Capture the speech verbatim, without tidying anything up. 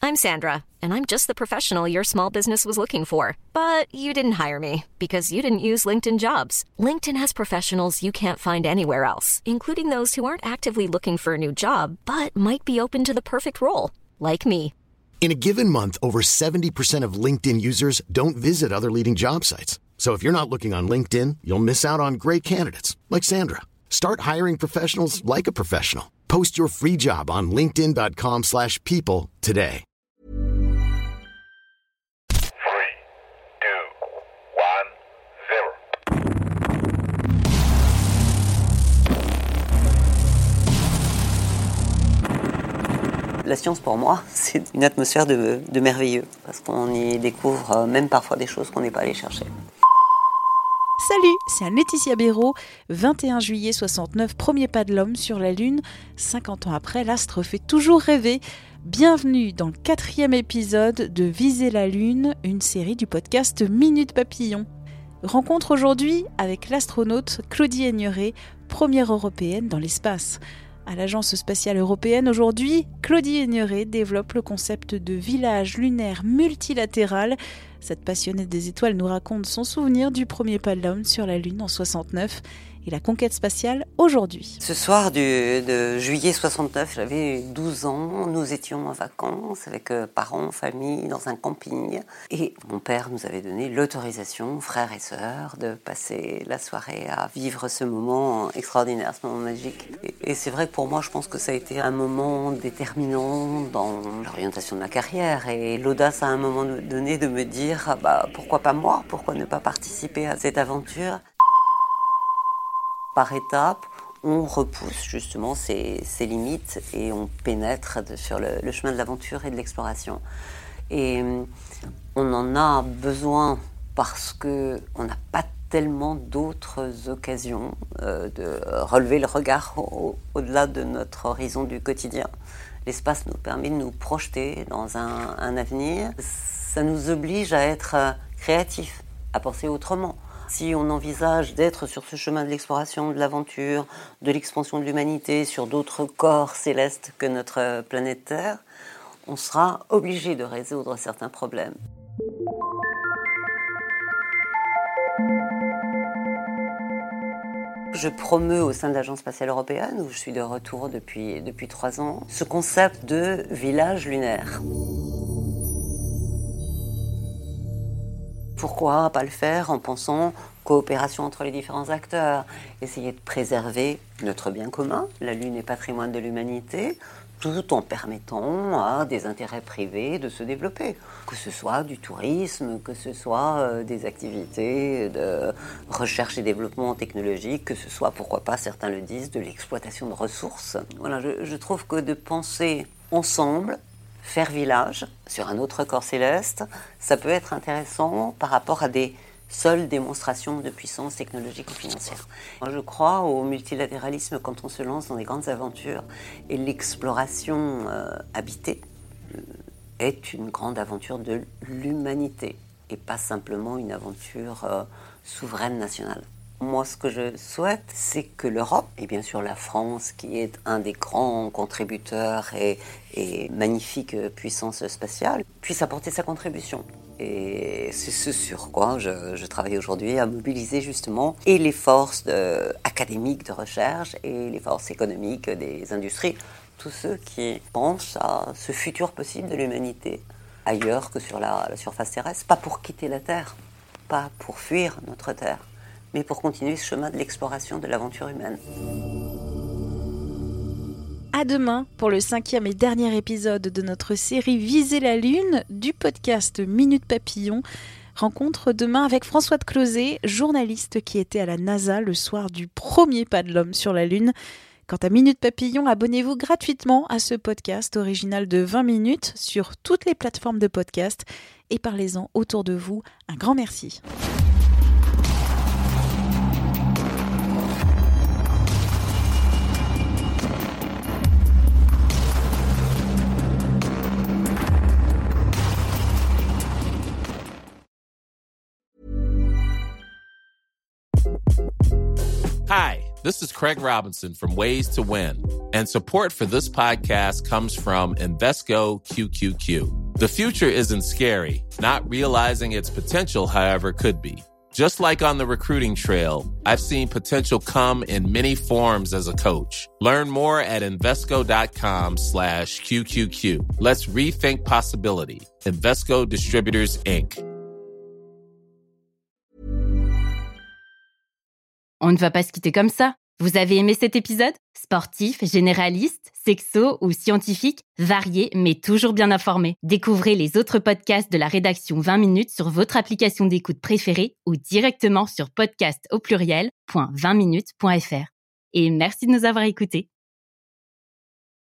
I'm Sandra, and I'm just the professional your small business was looking for. But you didn't hire me because you didn't use LinkedIn Jobs. LinkedIn has professionals you can't find anywhere else, including those who aren't actively looking for a new job, but might be open to the perfect role, like me. In a given month, over seventy percent of LinkedIn users don't visit other leading job sites. So if you're not looking on LinkedIn, you'll miss out on great candidates like Sandra. Start hiring professionals like a professional. Post your free job on linkedin dot com slash people today. three, two, one, zero. La science, pour moi, c'est une atmosphère de, de merveilleux, parce qu'on y découvre même parfois des choses qu'on n'est pas allé chercher. Salut, c'est Anne-Laetitia Béraud. vingt et un juillet soixante-neuf, premier pas de l'homme sur la Lune. cinquante ans après, l'astre fait toujours rêver. Bienvenue dans le quatrième épisode de Viser la Lune, une série du podcast Minute Papillon. Rencontre aujourd'hui avec l'astronaute Claudie Aigneret, première européenne dans l'espace. À l'Agence spatiale européenne aujourd'hui, Claudie Aigneret développe le concept de village lunaire multilatéral. Cette passionnée des étoiles nous raconte son souvenir du premier pas de l'homme sur la Lune en soixante-neuf et la conquête spatiale aujourd'hui. Ce soir du, de juillet soixante-neuf, j'avais douze ans, nous étions en vacances avec euh, parents, famille, dans un camping. Et mon père nous avait donné l'autorisation, frères et sœurs, de passer la soirée à vivre ce moment extraordinaire, ce moment magique. Et, et c'est vrai que pour moi, je pense que ça a été un moment déterminant dans l'orientation de ma carrière. Et l'audace à un moment donné de me dire, ah bah, pourquoi pas moi ? Pourquoi ne pas participer à cette aventure ? Par étapes, on repousse justement ces, ces limites et on pénètre de, sur le, le chemin de l'aventure et de l'exploration. Et on en a besoin parce qu'on n'a pas tellement d'autres occasions euh, de relever le regard au, au-delà de notre horizon du quotidien. L'espace nous permet de nous projeter dans un, un avenir. Ça nous oblige à être créatifs, à penser autrement. Si on envisage d'être sur ce chemin de l'exploration, de l'aventure, de l'expansion de l'humanité sur d'autres corps célestes que notre planète Terre, on sera obligé de résoudre certains problèmes. Je promeus au sein de l'Agence spatiale européenne, où je suis de retour depuis, depuis trois ans, ce concept de village lunaire. Pourquoi pas le faire en pensant coopération entre les différents acteurs, essayer de préserver notre bien commun, la Lune est patrimoine de l'humanité, tout en permettant à des intérêts privés de se développer, que ce soit du tourisme, que ce soit des activités de recherche et développement technologique, que ce soit, pourquoi pas, certains le disent, de l'exploitation de ressources. Voilà, je, je trouve que de penser ensemble, faire village sur un autre corps céleste, ça peut être intéressant par rapport à des seules démonstrations de puissance technologique ou financière. Moi, je crois au multilatéralisme quand on se lance dans des grandes aventures et l'exploration euh, habitée euh, est une grande aventure de l'humanité et pas simplement une aventure euh, souveraine nationale. Moi, ce que je souhaite, c'est que l'Europe, et bien sûr la France, qui est un des grands contributeurs et, et magnifique puissance spatiale, puisse apporter sa contribution. Et c'est ce sur quoi je, je travaille aujourd'hui, à mobiliser justement et les forces de, académiques de recherche et les forces économiques des industries, tous ceux qui pensent à ce futur possible de l'humanité ailleurs que sur la, la surface terrestre, pas pour quitter la Terre, pas pour fuir notre Terre, mais pour continuer ce chemin de l'exploration de l'aventure humaine. À demain pour le cinquième et dernier épisode de notre série Viser la Lune du podcast Minute Papillon. Rencontre demain avec François de Closet, journaliste qui était à la NASA le soir du premier pas de l'homme sur la Lune. Quant à Minute Papillon, abonnez-vous gratuitement à ce podcast original de vingt minutes sur toutes les plateformes de podcast et parlez-en autour de vous. Un grand merci. Hi, This is Craig Robinson from Ways to Win, and support for this podcast comes from Invesco Q Q Q. The future isn't scary. Not realizing its potential, however, could be. Just like on the recruiting trail, I've seen potential come in many forms as a coach. Learn more at Invesco.com slash QQQ. Let's rethink possibility. Invesco Distributors, Incorporated. On ne va pas se quitter comme ça. Vous avez aimé cet épisode ? Sportif, généraliste, sexo ou scientifique, varié mais toujours bien informé. Découvrez les autres podcasts de la rédaction vingt minutes sur votre application d'écoute préférée ou directement sur podcast au pluriel point vingt minutes point f r. Et merci de nous avoir écoutés.